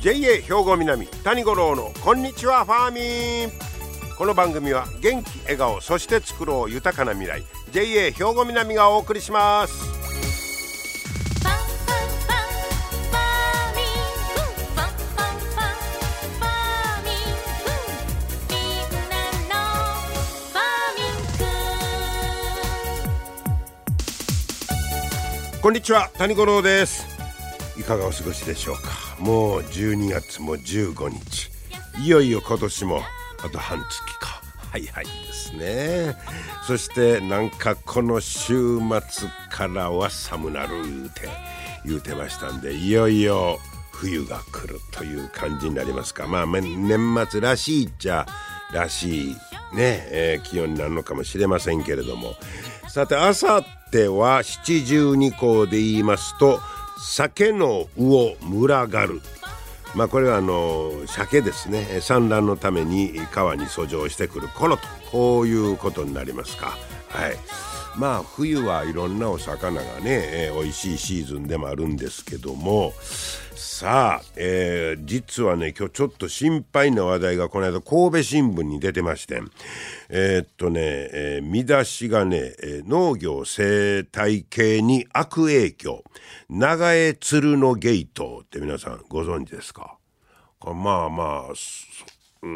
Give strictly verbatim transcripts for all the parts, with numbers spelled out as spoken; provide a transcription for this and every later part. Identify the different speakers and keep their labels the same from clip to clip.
Speaker 1: ジェイエー 兵庫南谷五郎のこんにちはファーミン。この番組は元気笑顔そして作ろう豊かな未来 ジェイエー 兵庫南がお送りします。こんにちは谷五郎です。いかがお過ごしでしょうか。もうじゅうにがつもじゅうごにち、いよいよ今年もあと半月か。はいはいですね。そしてなんかこの週末からは寒なる言うて言うてましたんで、いよいよ冬が来るという感じになりますか。まあ年末らしいっちゃらしいね、えー、気温になるのかもしれませんけれども、さてあさっては七十二候で言いますと鮭の魚群がる。まあこれはあの鮭ですね、産卵のために川に遡上してくる頃と、こういうことになりますか。はい。まあ冬はいろんなお魚がね、えー、美味しいシーズンでもあるんですけども、さあ、えー、実はね今日ちょっと心配な話題がこの間神戸新聞に出てまして、えー、っとね、えー、見出しがね、えー、農業生態系に悪影響、長江鶴のゲートって皆さんご存知ですか。これまあまあうん、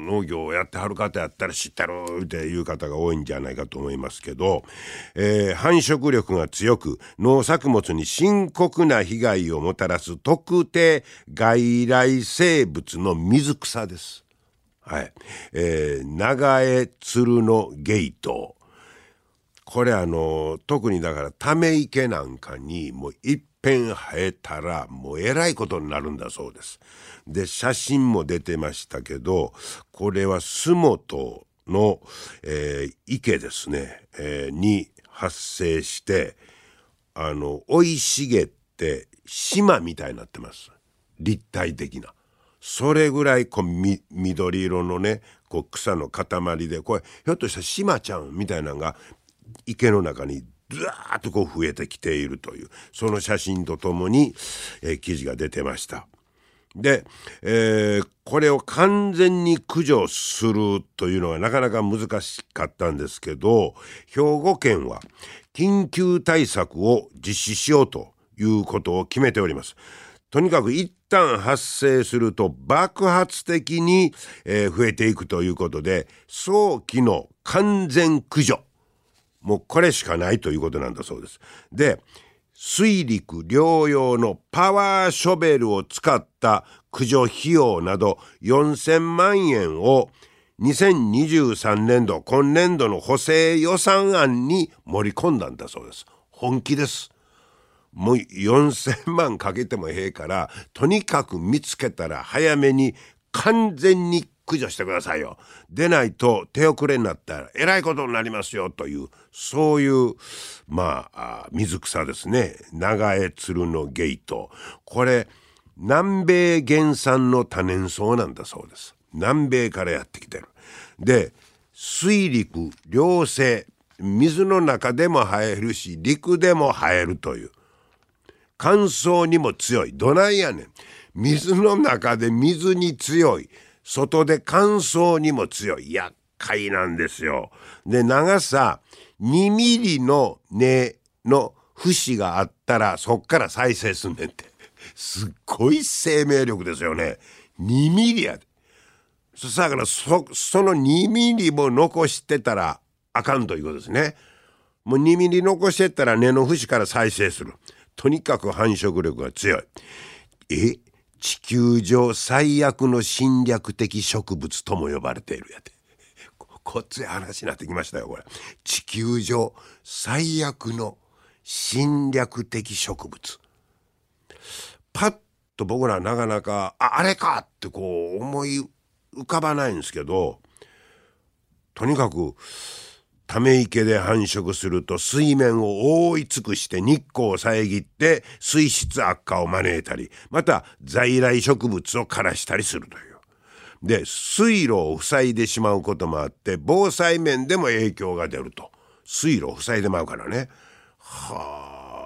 Speaker 1: 農業をやってはる方やったら知ってるっていう方が多いんじゃないかと思いますけど、えー、繁殖力が強く農作物に深刻な被害をもたらす特定外来生物の水草です。はい、えー、長江鶴のゲート、これあの特にだからため池なんかにもう一遍生えたらもうえらいことになるんだそうです。で写真も出てましたけど、これは洲本の、えー、池ですね、えー、に発生して、あの生い茂って島みたいになってます。立体的な、それぐらいこうみ緑色のねこう草の塊で、これひょっとしたら島ちゃんみたいなのが池の中にずわーっとこう増えてきているという、その写真とともに、えー、記事が出てました。で、えー、これを完全に駆除するというのはなかなか難しかったんですけど、兵庫県は緊急対策を実施しようということを決めております。とにかく一旦発生すると爆発的に、えー、増えていくということで、早期の完全駆除、もうこれしかないということなんだそうです。で、水陸両用のパワーショベルを使った駆除費用などよんせんまんえんをにせんにじゅうさんねんど今年度の補正予算案に盛り込んだんだそうです。本気です。もうよんせんまんかけてもええから、とにかく見つけたら早めに完全に駆除してくださいよ。でないと手遅れになったらえらいことになりますよという、そういうまあ水草ですね。長江鶴のゲート、これ南米原産の多年草なんだそうです。南米からやってきてる。で、水陸両生、水の中でも生えるし陸でも生えるという、乾燥にも強い。どないやねん、水の中で水に強い、外で乾燥にも強い、厄介なんですよ。で、長さにミリの根の節があったらそっから再生すんねんって。すっごい生命力ですよね。にミリやで。そしたから そ, そのにミリも残してたらあかんということですね。もうにミリ残してったら根の節から再生する。とにかく繁殖力が強い。え地球上最悪の侵略的植物とも呼ばれているやで。こっちへ話になってきましたよこれ。地球上最悪の侵略的植物。パッと僕らなかなか あ, あれかってこう思い浮かばないんですけど、とにかくため池で繁殖すると水面を覆い尽くして日光を遮って水質悪化を招いたり、また在来植物を枯らしたりするという。で、水路を塞いでしまうこともあって防災面でも影響が出ると。水路を塞いでまうからね。はあ、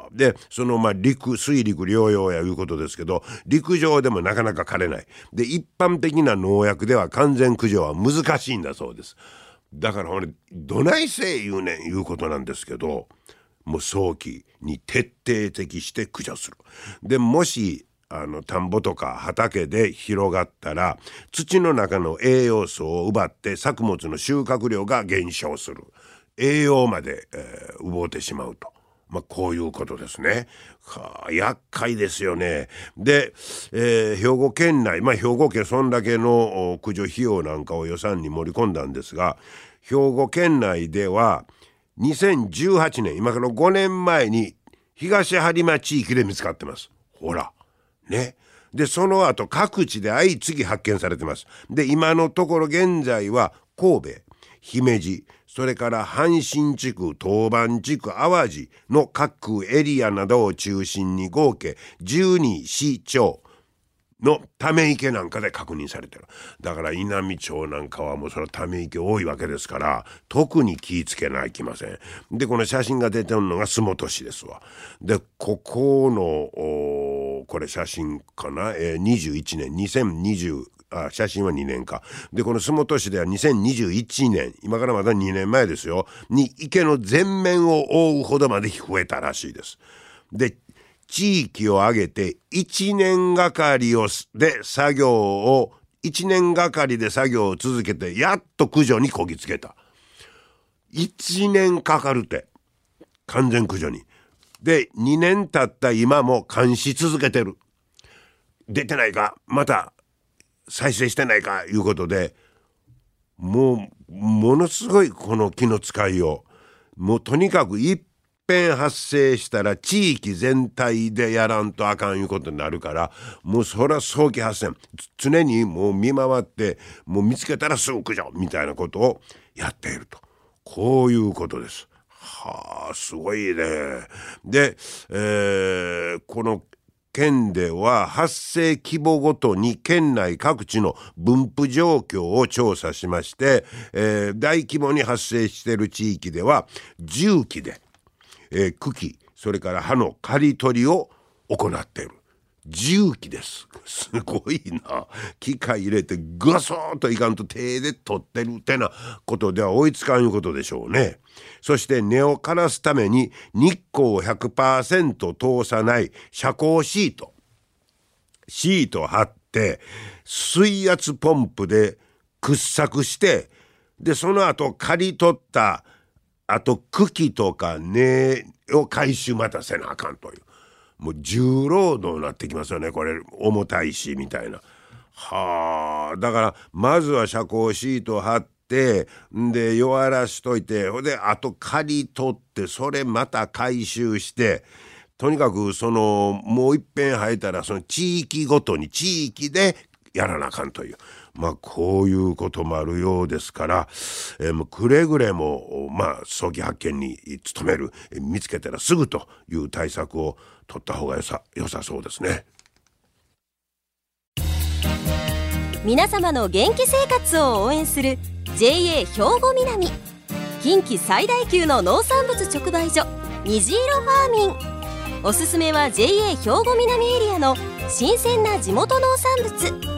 Speaker 1: でそのまあ陸水陸両用やいうことですけど、陸上でもなかなか枯れない。で一般的な農薬では完全駆除は難しいんだそうです。だから俺どないせ言うねんいうことなんですけど、もう早期に徹底的して駆除する。でもしあの田んぼとか畑で広がったら土の中の栄養素を奪って作物の収穫量が減少する。栄養まで、えー、奪ってしまうと、まあ、こういうことですね。はあ、厄介ですよね。で、えー、兵庫県内、まあ、兵庫県そんだけの駆除費用なんかを予算に盛り込んだんですが、兵庫県内ではにせんじゅうはちねん、今からごねんまえに東播磨地域で見つかってます。ほらね。でその後各地で相次ぎ発見されてます。で今のところ現在は神戸、姫路、それから阪神地区、当番地区、淡路の各エリアなどを中心に合計じゅうに市町のため池なんかで確認されてる。だから稲美町なんかはもうそのため池多いわけですから、特に気ぃつけないきません。でこの写真が出てるのが洲本市ですわ。でここのこれ写真かな、えー、にじゅういちねんにせんにじゅうあ写真はにねんか。でこの洲本市ではにせんにじゅういちねん、今からまだにねんまえですよに池の全面を覆うほどまで増えたらしいです。で地域を挙げていちねんがかりをで作業をいちねんがかりで作業を続けてやっと駆除にこぎつけた。いちねんかかるって完全駆除に。でにねん経った今も監視続けてる。出てないかまた再生してないかいうことで、もうものすごいこの気の使いを、もうとにかく一遍発生したら地域全体でやらんとあかんいうことになるから、もうそら早期発生、常にもう見回ってもう見つけたらすぐ駆除みたいなことをやっていると、こういうことです。はあすごいね。で、えー、この県では発生規模ごとに県内各地の分布状況を調査しまして、えー、大規模に発生している地域では重機で、えー、茎それから葉の刈り取りを行っている。重機です。すごいな。機械入れてガソーンといかんと手で取ってるってなことでは追いつかんいうことでしょうね。そして根を枯らすために日光を ひゃくパーセント 通さない遮光シートシートを貼って水圧ポンプで掘削して、でその後刈り取ったあと茎とか根を回収またせなあかんという、もう重労働になってきますよね。これ重たいしみたいな。はあ、だからまずは遮光シートを貼ってんで弱らしといて、ほんであと刈り取ってそれまた回収して、とにかくそのもう一遍生えたらその地域ごとに地域でやらなあかんという、まあこういうこともあるようですから、えー、もうくれぐれもまあ早期発見に努める、見つけたらすぐという対策を取った方がよさ、良さそうですね。
Speaker 2: 皆様の元気生活を応援する ジェイエー 兵庫南、近畿最大級の農産物直売所虹色ファーミン。おすすめは ジェイエー 兵庫南エリアの新鮮な地元農産物。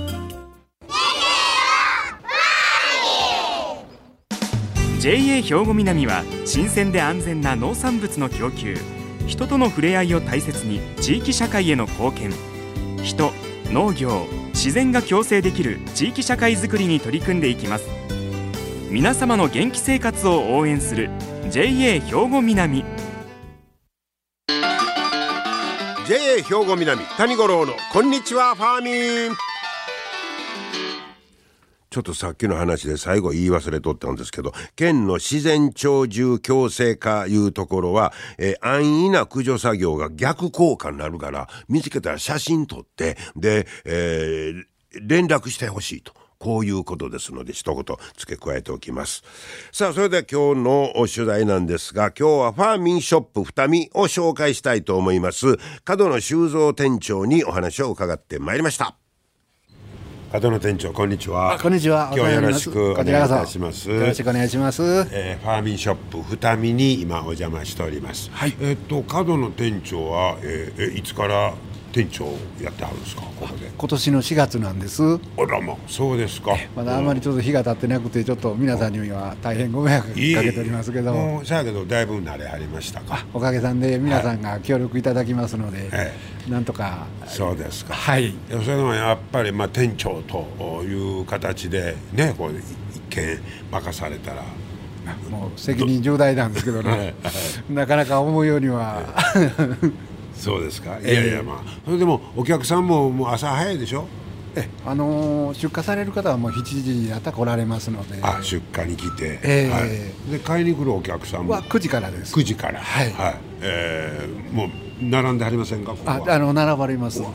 Speaker 3: ジェイエー 兵庫南は新鮮で安全な農産物の供給、人との触れ合いを大切に地域社会への貢献、人、農業、自然が共生できる地域社会づくりに取り組んでいきます。皆様の元気生活を応援する ジェイエー 兵庫南。
Speaker 1: ジェイエー 兵庫南谷五郎のこんにちはファーミン。ちょっとさっきの話で最後言い忘れとったんですけど、県の自然鳥獣共生化いうところは、えー、安易な駆除作業が逆効果になるから、見つけたら写真撮ってで、えー、連絡してほしいと、こういうことですので一言付け加えておきます。さあそれでは今日の取材なんですが、今日はファーミンショップ二見を紹介したいと思います。角野修造店長にお話を伺ってまいりました。 角野店長、こんにちは。
Speaker 4: こんにちは。
Speaker 1: 今日はよろしくお願いいたします。
Speaker 4: よろしくお願いします。
Speaker 1: えー、ファーミンショップ二見に今お邪魔しております。
Speaker 4: はい、
Speaker 1: えっと角野店長は、えー、いつから店長やってはるんですか？ここで
Speaker 4: 今年のしがつなんです。
Speaker 1: あらま、そうですか。
Speaker 4: まだあんまりちょっと日が経ってなくて、ちょっと皆さんには大変ご迷惑かけておりますけど、
Speaker 1: もうさやけどだいぶ慣れはりましたか？
Speaker 4: おかげさんで皆さんが協力いただきますので、はい、なんとか。
Speaker 1: そうですか。
Speaker 4: はい。
Speaker 1: それでもやっぱり、まあ、店長という形でね、こう一見任されたら
Speaker 4: もう責任重大なんですけどねなかなか思うようには
Speaker 1: そうですか。いやいや、まあそれでもお客さんももう朝早いでしょ？
Speaker 4: えあのー、出荷される方はもうしちじになったら来られますので。
Speaker 1: あ、出荷に来て、
Speaker 4: えー
Speaker 1: はい、で買いに来るお客さんも
Speaker 4: はくじからです。
Speaker 1: くじから、
Speaker 4: はい、
Speaker 1: はい、えー、もう並んでありませんか？ここは。
Speaker 4: ああの並ばれます。
Speaker 1: はい、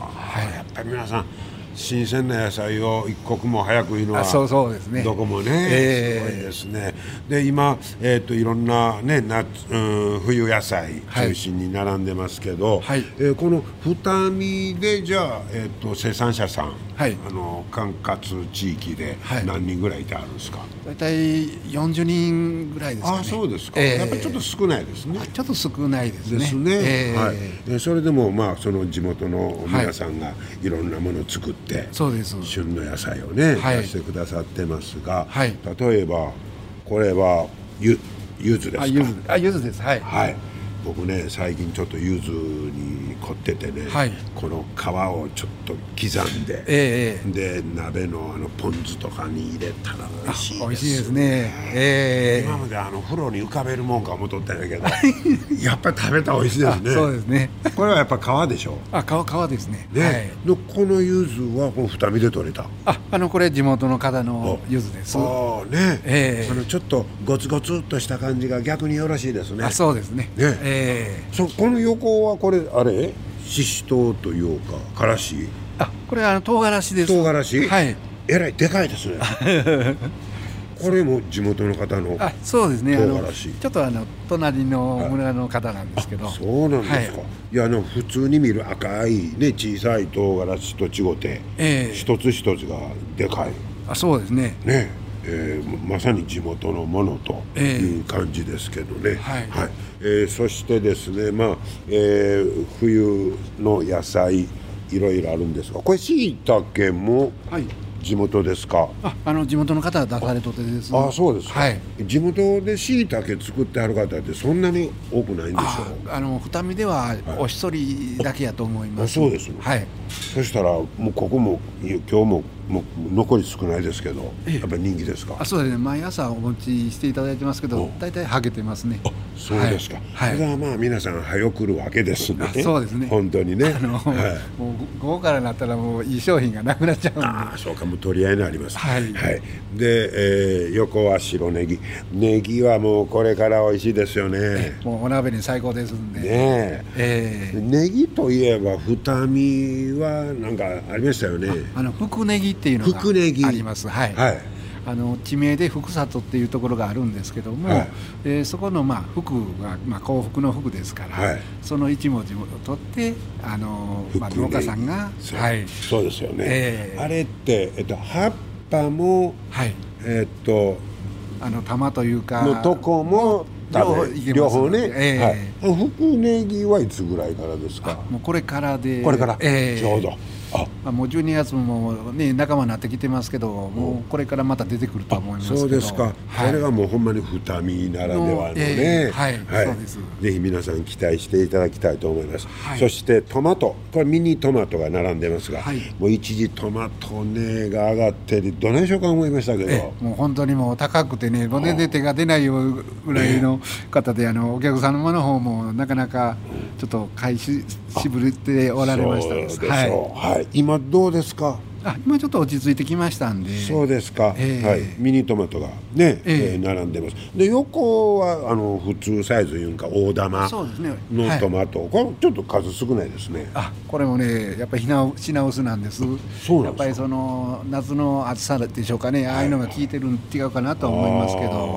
Speaker 1: やっぱり皆さん新鮮な野菜を一刻も早くいいのは
Speaker 4: そうそうですね。
Speaker 1: どこもね、
Speaker 4: えー、
Speaker 1: すごいですね。で今、えー、といろんな、ね、夏、うん、冬野菜中心に並んでますけど、はい、えー、この二見でじゃあ、えー、と生産者さん、はい、あの管轄地域で何人ぐらいいてあるんですか？
Speaker 4: 大体よんじゅうにんぐらいですかね。
Speaker 1: あ、そうですか。
Speaker 4: えー、
Speaker 1: やっぱりちょっと少ないですね。
Speaker 4: ちょっと少ないですね。
Speaker 1: ですね。
Speaker 4: えー、
Speaker 1: はい。でそれでもまあその地元の皆さんがいろんなものを作って、はい、
Speaker 4: そうです。
Speaker 1: 旬の野菜をね、はい、出してくださってますが、はい、例えばこれはゆゆずですか？
Speaker 4: あ、ゆず、あ、ゆずです。はい。
Speaker 1: はい。僕ね、最近ちょっとゆずに凝っててね、はい、この皮をちょっと刻んで、えー、で鍋のあのポン酢とかに入れたら美味しいです。
Speaker 4: 美味しいですね。えー、
Speaker 1: 今まであの風呂に浮かべるもんか思っとったんやけどやっぱり食べたら美味しいですね。
Speaker 4: そうですね。
Speaker 1: これはやっぱ皮でしょ？
Speaker 4: あ、皮皮ですね。
Speaker 1: ね、
Speaker 4: はい、
Speaker 1: のこのゆずはこの二見で取れた？
Speaker 4: あ、あのこれ地元の方のゆずです。
Speaker 1: ああね、
Speaker 4: えー、
Speaker 1: あのちょっとゴツゴツっとした感じが逆によろしいですね。
Speaker 4: あ、そうですね。
Speaker 1: ね、
Speaker 4: えー、
Speaker 1: そこの横はこれあれししとうというかからし？
Speaker 4: あ、これはあの唐辛子です。
Speaker 1: 唐辛子？
Speaker 4: はい。
Speaker 1: えらいでかいですねこれも地元の方の？
Speaker 4: あ、そうですね。
Speaker 1: 唐辛子。
Speaker 4: ちょっとあの隣の村の方なんですけど。
Speaker 1: そうなんですか。はい、いや、あの普通に見る赤いね小さい唐辛子と違って、えー、一つ一つがでかい。
Speaker 4: あ、そうですね。
Speaker 1: ね、えー、まさに地元のものという感じですけどね。えー、はい。はい、えー、そしてですね、まあ、えー、冬の野菜いろいろあるんですが、これ椎茸も地元ですか？はい、
Speaker 4: あ、あの地元の方が出されとってです。
Speaker 1: ああ、そうですか。
Speaker 4: はい、
Speaker 1: 地元で椎茸作ってある方ってそんなに多くないんでしょう？
Speaker 4: ああの二見ではお一人だけやと思います。
Speaker 1: はい、あ、そうですね。
Speaker 4: はい。
Speaker 1: そしたらもうここも今日ももう残り少ないですけど、やっぱり人気ですか？
Speaker 4: あ、そうですね。毎朝お持ちしていただいてますけど、大体はげてますね。
Speaker 1: あ、そうですか。はい。それはまあ皆さん早く来るわけですね。
Speaker 4: そうですね。
Speaker 1: 本当にね。
Speaker 4: あの、はい、もう午後からなったらもういい商品がなくなっちゃうんで。
Speaker 1: ああ、そうか、もう取り合いになります。
Speaker 4: はい。
Speaker 1: はい。で、えー、横は白ネギ。ネギはもうこれから美味しいですよね。
Speaker 4: もうお鍋に最高ですんで。
Speaker 1: ねえ。えー、ネギといえば二見はなんかありましたよね。
Speaker 4: あ, あの福ネギっていうのがあります。はい。はい、あの地名で福里っていうところがあるんですけども、はい、えー、そこのまあ福が、まあ、幸福の福ですから、はい、その一文字を取ってあの、まあ、農家さんが
Speaker 1: そう、はい、そうですよね。えー、あれって、えっと、葉っぱも、はい、えっと
Speaker 4: あの玉というか
Speaker 1: のとこも
Speaker 4: 両,
Speaker 1: 両方ね、
Speaker 4: え
Speaker 1: ーはい、福ネギはいつぐらいからですか？
Speaker 4: もうこれからで、
Speaker 1: これから、
Speaker 4: えー、
Speaker 1: ちょうど
Speaker 4: あ、もうじゅうにがつも、ね、仲間になってきてますけど、もうこれからまた出てくると思いますけど。
Speaker 1: そうですか。はい、これはもうほんまに二見ならではのね、
Speaker 4: えー、はい、はい、そうです。
Speaker 1: ぜひ皆さん期待していただきたいと思います。はい、そしてトマト、これミニトマトが並んでますが、はい、もう一時トマトねが上がってどないしようか思いましたけど、
Speaker 4: もう本当にもう高くてね、もう全然手が出ないぐらいの方で、あのお客さんの方もなかなかちょっと買いしぶれておられましたです。
Speaker 1: そうでしょう。はいはい、今どうですか？
Speaker 4: あ、今ちょっと落ち着いてきましたんで。
Speaker 1: そうですか。えー、はい、ミニトマトがね、えーえー、並んでます。で横はあの普通サイズいうか大玉のトマト、ね、はい、これちょっと数少ないですね。
Speaker 4: あ、これもねやっぱり品薄なんです。
Speaker 1: そうなんですか。
Speaker 4: やっぱりその夏の暑さでしょうかね、ああいうのが効いてるん違うかなと思いますけど。
Speaker 1: 大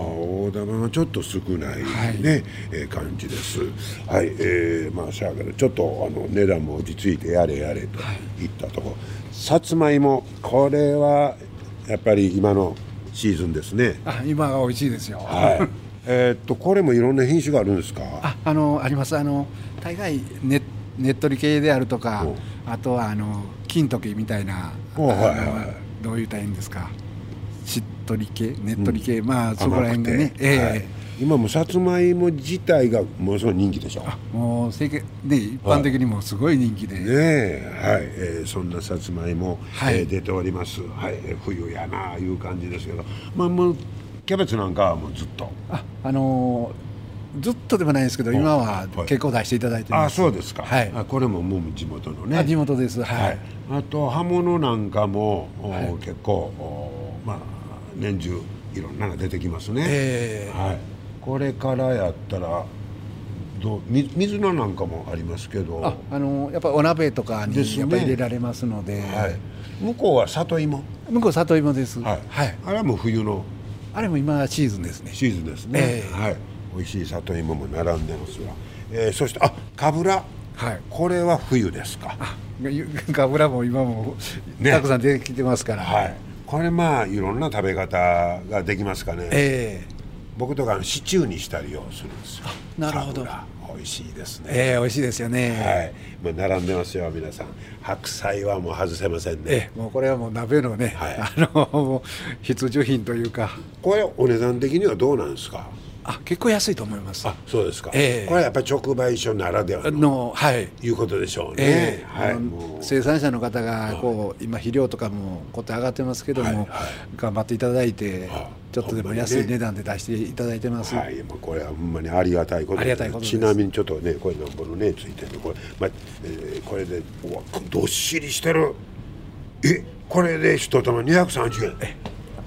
Speaker 1: 青玉がちょっと少ないね、はい、えー、感じです。はい、えー、まあしゃあけどちょっとあの値段も落ち着いてやれやれといったところ、はい、さつまいもこれはやっぱり今のシーズンですね。
Speaker 4: あ、今が美味しいですよ。
Speaker 1: はい。えっとこれもいろんな品種があるんですか？
Speaker 4: あ、あのあります。あの大概ねねっとり系であるとか、あとはあの金時みたいな、
Speaker 1: はいはいはい、
Speaker 4: どう言ったらいいんですか、しっとり系、ねっとり系、うん、まあそこら辺がね、えーはい、
Speaker 1: 今もさつまいも自体がものすごい人気でしょ。
Speaker 4: もう世間ね、一般的にもすごい人気で、はい、
Speaker 1: ねえ、はい、えー、そんなさつまいも、はい、えー、出ております。はい、冬やなあいう感じですけど、まあもうキャベツなんかはもうずっと
Speaker 4: あ、あのー、ずっとでもないですけど、今は結構出していただいてます。
Speaker 1: あ、そうですか。はい、あ、これももう地元のね。
Speaker 4: あ、地元です。はい。はい、
Speaker 1: あと葉物なんかも、はい、結構まあ年中いろんなのが出てきますね。えー、はい。これからやったらどう水菜なんかもありますけど、
Speaker 4: あ、あのー、やっぱお鍋とかにやっぱり入れられますので、
Speaker 1: はい、向こうは里芋。
Speaker 4: 向こう里芋です。
Speaker 1: はい。はい、あれはもう冬の。
Speaker 4: あれも今シーズンですね。
Speaker 1: シーズンですね。えー、はい。美味しい里芋も並んでますわ。えー、そしてあ、かぶら。はい。これは冬ですか。
Speaker 4: あ、かぶらも今も、ね、たくさん出てきてますから。
Speaker 1: はい。これまあいろんな食べ方ができますかね。えー、僕とかシチューにしたりをするんですよ。
Speaker 4: なるほど。
Speaker 1: 美味しいですね。
Speaker 4: えー、美味しいですよね。
Speaker 1: はい。まあ並んでますよ皆さん。白菜はもう外せませんね。
Speaker 4: えー、もうこれはもう鍋のね、はい、あのもう必需品というか。
Speaker 1: これお値段的にはどうなんですか？
Speaker 4: あ、結構安いと思います。
Speaker 1: あ、そうですか。えー、これはやっぱり直売所ならではの、の、はい、いうことでしょうね。えー、はい、
Speaker 4: もう生産者の方がこう今肥料とかもこうやって上がってますけども、はいはい、頑張っていただいて、はい、ちょっとでも安い値段で出していただいてます。
Speaker 1: はい、まあ、これはほんまにありがたいことで、
Speaker 4: ありがたいことです。
Speaker 1: ちなみにちょっとね、これなんぼのねついてるこれ、まあえー、これでうわどっしりしてる。え、これで一玉にひゃくさんじゅうえん。え、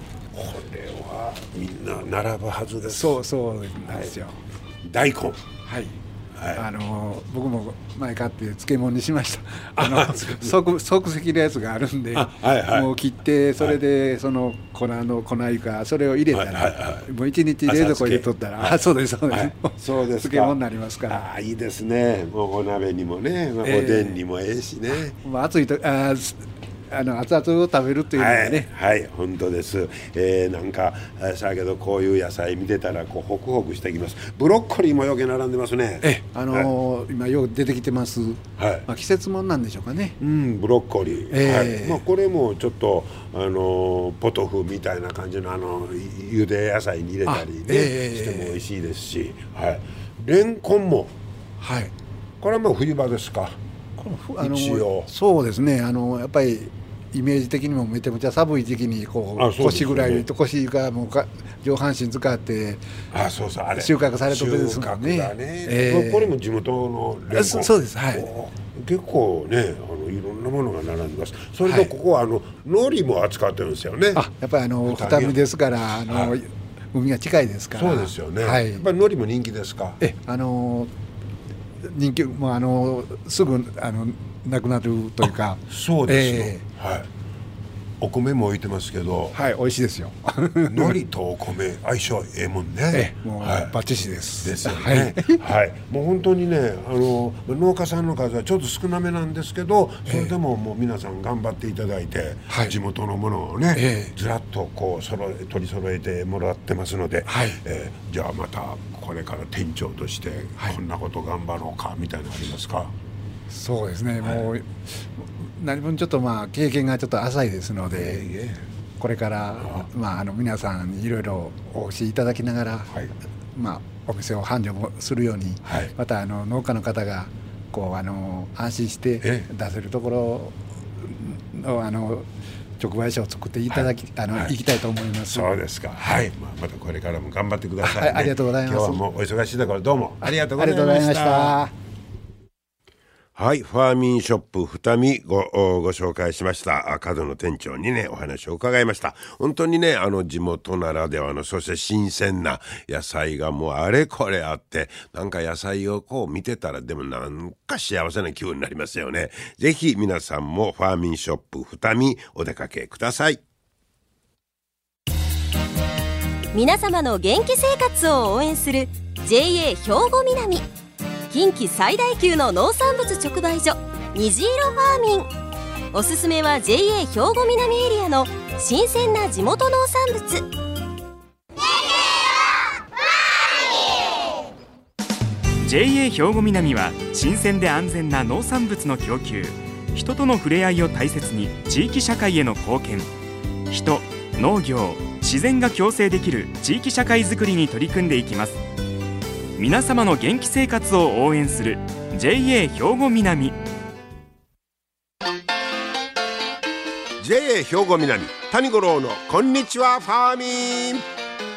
Speaker 1: みんな並ぶはずです。
Speaker 4: そうそうなんですよ。
Speaker 1: 大根。
Speaker 4: はい。はい、あの僕も前買って漬物にしました。あの即即席のやつがあるんで、はいはい、もう切ってそれで、はい、その粉の粉いうかそれを入れたら、はいはいはい、もう一日冷蔵庫入れとったら、はい、あ、そうですそうです。はい、
Speaker 1: そうですか。
Speaker 4: 漬物になりますから。
Speaker 1: あ、いいですね。もうお鍋にもね、まあ、おでんにもええしね。
Speaker 4: まあ暑いとあ。あの熱々を食べるっていうのはね、
Speaker 1: はい、はい、本当です。えー、なんかさあけどこういう野菜見てたらこうホクホクしてきます。ブロッコリーもよけ並んでますね。
Speaker 4: え、あのーはい、今よく出てきてます。はい、まあ、季節もんなんでしょうかね。
Speaker 1: うん、ブロッコリー。えー、はい、まあこれもちょっとあのポトフみたいな感じのあの茹で野菜に入れたりね、えー、しても美味しいですし、はい。レンコンも、はい。これはもう冬場ですか。
Speaker 4: あのそうですね。あのやっぱり。イメージ的にもめちゃめちゃ寒い時期にこう、ね、腰ぐらいと腰がもうか上半身使って
Speaker 1: あそうそうあれ
Speaker 4: 収穫されてるんですもんね。
Speaker 1: 収穫だね、えー、これも地元のレンコン。
Speaker 4: そうです、はい。
Speaker 1: 結構ねあのいろんなものが並んでます。それとここはあの海苔も扱ってるんですよね。
Speaker 4: あ、やっぱりあの二見ですからあの、はい、海が近いですから。
Speaker 1: そうですよね、はい、やっぱり海苔も人気ですか？
Speaker 4: えあの人気もあのすぐあのなくなるというか。
Speaker 1: そうですよ、えー、はい。お米も置いてますけど、
Speaker 4: はい、美味しいですよ。
Speaker 1: 海苔とお米相性ええもんね。
Speaker 4: えもう、はい、バッチシです。
Speaker 1: ですよね。はい、はい、もう本当にね、あの農家さんの数はちょっと少なめなんですけど、それでももう皆さん頑張っていただいて、えー、地元のものをね、えー、ずらっとこう揃え取り揃えてもらってますので、はい、えー、じゃあまたこれから店長としてこんなこと頑張ろうかみたいなのありますか？
Speaker 4: そうですね。もう、はい、何分ちょっとまあ経験がちょっと浅いですので、えー、これからまああの皆さんにいろいろお教えいただきながら、はい、まあお店を繁盛もするように、はい、またあの農家の方がこうあの安心して出せるところのあの直売所を作っていただき、はい、あの、はい、行きたいと思います。
Speaker 1: そうですか。はい。まあまたこれからも頑張ってくださいね。
Speaker 4: はい、ありがとうございます。
Speaker 1: 今日はもうお忙しいところどうもありがとうございました。はい、ファーミンショップ二見ごご紹介しました角の店長にねお話を伺いました。本当にねあの地元ならではのそして新鮮な野菜がもうあれこれあってなんか野菜をこう見てたらでもなんか幸せな気分になりますよね。ぜひ皆さんもファーミンショップ二見お出かけください。
Speaker 2: 皆様の元気生活を応援する ジェイエー 兵庫南、近畿最大級の農産物直売所虹色ファーミン。おすすめは ジェイエー 兵庫南エリアの新鮮な地元農産物。
Speaker 3: ジェイエー 兵庫南は新鮮で安全な農産物の供給、人との触れ合いを大切に地域社会への貢献、人、農業、自然が共生できる地域社会づくりに取り組んでいきます。皆様の元気生活を応援する ジェイエー 兵庫南。
Speaker 1: ジェイエー 兵庫南谷五郎のこんにちはファーミン。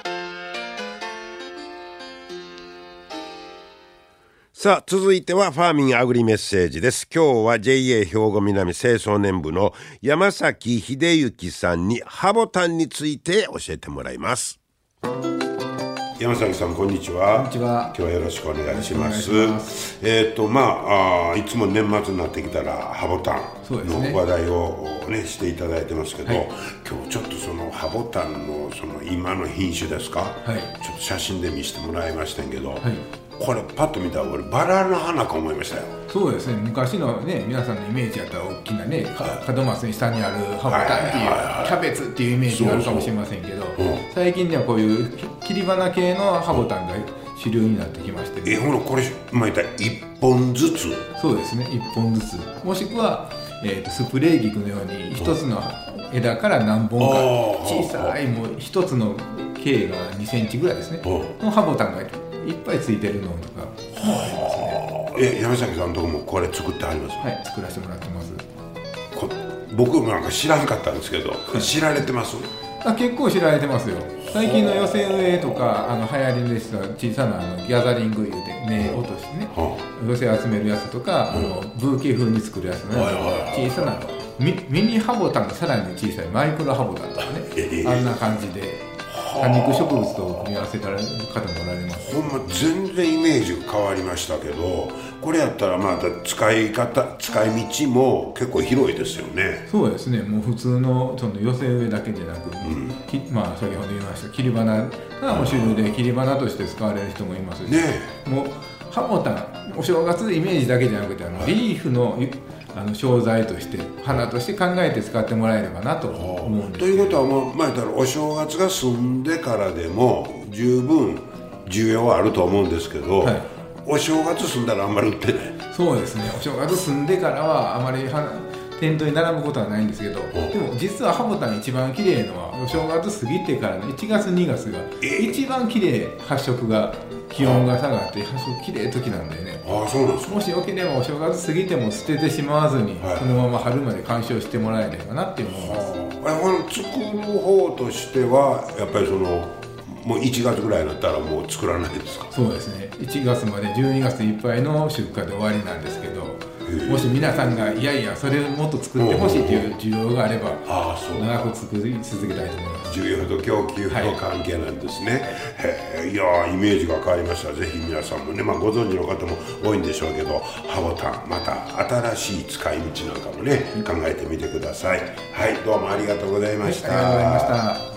Speaker 1: さあ続いてはファーミンアグリメッセージです。今日は ジェイエー 兵庫南清掃年部の山崎秀幸さんにハボタンについて教えてもらいます。山崎さんこんにちは。
Speaker 5: こんにちは。
Speaker 1: 今日はよろしくお願いします。えっ、ー、とまあ、あいつも年末になってきたらハボタンの話題をねしていただいてますけど、はい、今日ちょっとそのハボタンのその今の品種ですか、はい、ちょっと写真で見せてもらいましたけど、はい、これパッと見たら俺バラの花か思いましたよ。
Speaker 5: そうですね、昔のね皆さんのイメージやったら大きなね、はい、門松に下にあるハボタンっていう、はいはいはい、キャベツっていうイメージがあるかもしれませんけど、そうそう、うん、最近ではこういう切り花系のハボタンが主流になってきまして、ね、
Speaker 1: えほらこれまあ言ったらいっぽんずつ。そう
Speaker 5: ですね、いっぽんずつ、もしくは、えー、とスプレー菊のように一つの枝から何本か小さいもう一つの径がにセンチぐらいですねのハボタンがいっぱいついてるのとか
Speaker 1: はあ、え山崎さんのとこもこれ作ってあります？
Speaker 5: はい、作らせてもらってます。
Speaker 1: こ僕なんか知らんかったんですけど、はい、知られてます？
Speaker 5: あ、結構知られてますよ。最近の寄せ植えとかあの流行りですが小さなあのギャザリングいうて根落としてね、はあ、寄せ集めるやつとか、うん、あのブーケ風に作るやつね、はいはいはい、小さなミ, ミニハボタンのさらに小さいマイクロハボタンとかね、えー、あんな感じで多肉植物と組み合わせた方もおられます。
Speaker 1: ほんま全然イメージが変わりましたけど、これやったらまた使い方使い道も結構広いですよね。
Speaker 5: そうですね、もう普通 の, その寄せ植えだけでなく、うんまあ、先ほど言いました切り花がもう主流で切り花として使われる人もいますし、ね、もうハボタンお正月イメージだけじゃなくてあのリーフのあの商材として花として考えて使ってもらえればなと思うんです。
Speaker 1: ということはもう前からお正月が済んでからでも十分需要はあると思うんですけど、はい、お正月済んだらあんまり売ってない。
Speaker 5: そうですね、お正月済んでからはあまり花店頭に並ぶことはないんですけど、でも実はハボタン一番綺麗のはお正月過ぎてからのいちがつにがつが一番綺麗、発色が気温が下がって発色綺麗な時なんでね。
Speaker 1: ああ、そうなんですか。
Speaker 5: もしよければお正月過ぎても捨ててしまわずに、はい、このまま春まで鑑賞してもらえればなって思います。
Speaker 1: この作る方としてはやっぱりそのもういちがつぐらいになったらもう作らないですか？
Speaker 5: そうですね、いちがつまでじゅうにがついっぱいの出荷で終わりなんですけど、もし皆さんがいやいやそれをもっと作ってほしいという需要があれば長く作り続けたいと思います。
Speaker 1: 需要と供給の関係なんですね、はい、へいやイメージが変わりました。ぜひ皆さんもね、まあ、ご存知の方も多いんでしょうけどハボタンまた新しい使い道なんかもね、うん、考えてみてください。はい、どうもありがとうございました、
Speaker 5: はい、ありがとうございました。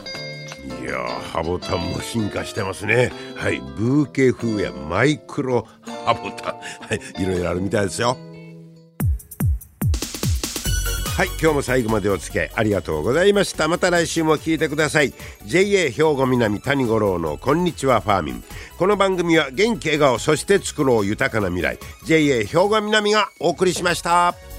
Speaker 1: いやハボタンも進化してますね。はい、ブーケ風やマイクロハボタン、はい、いろいろあるみたいですよ。はい、今日も最後までお付き合いありがとうございました。また来週も聞いてください。 ジェイエー 兵庫南谷五郎のこんにちはファーミン。この番組は元気笑顔そして作ろう豊かな未来 ジェイエー 兵庫南がお送りしました。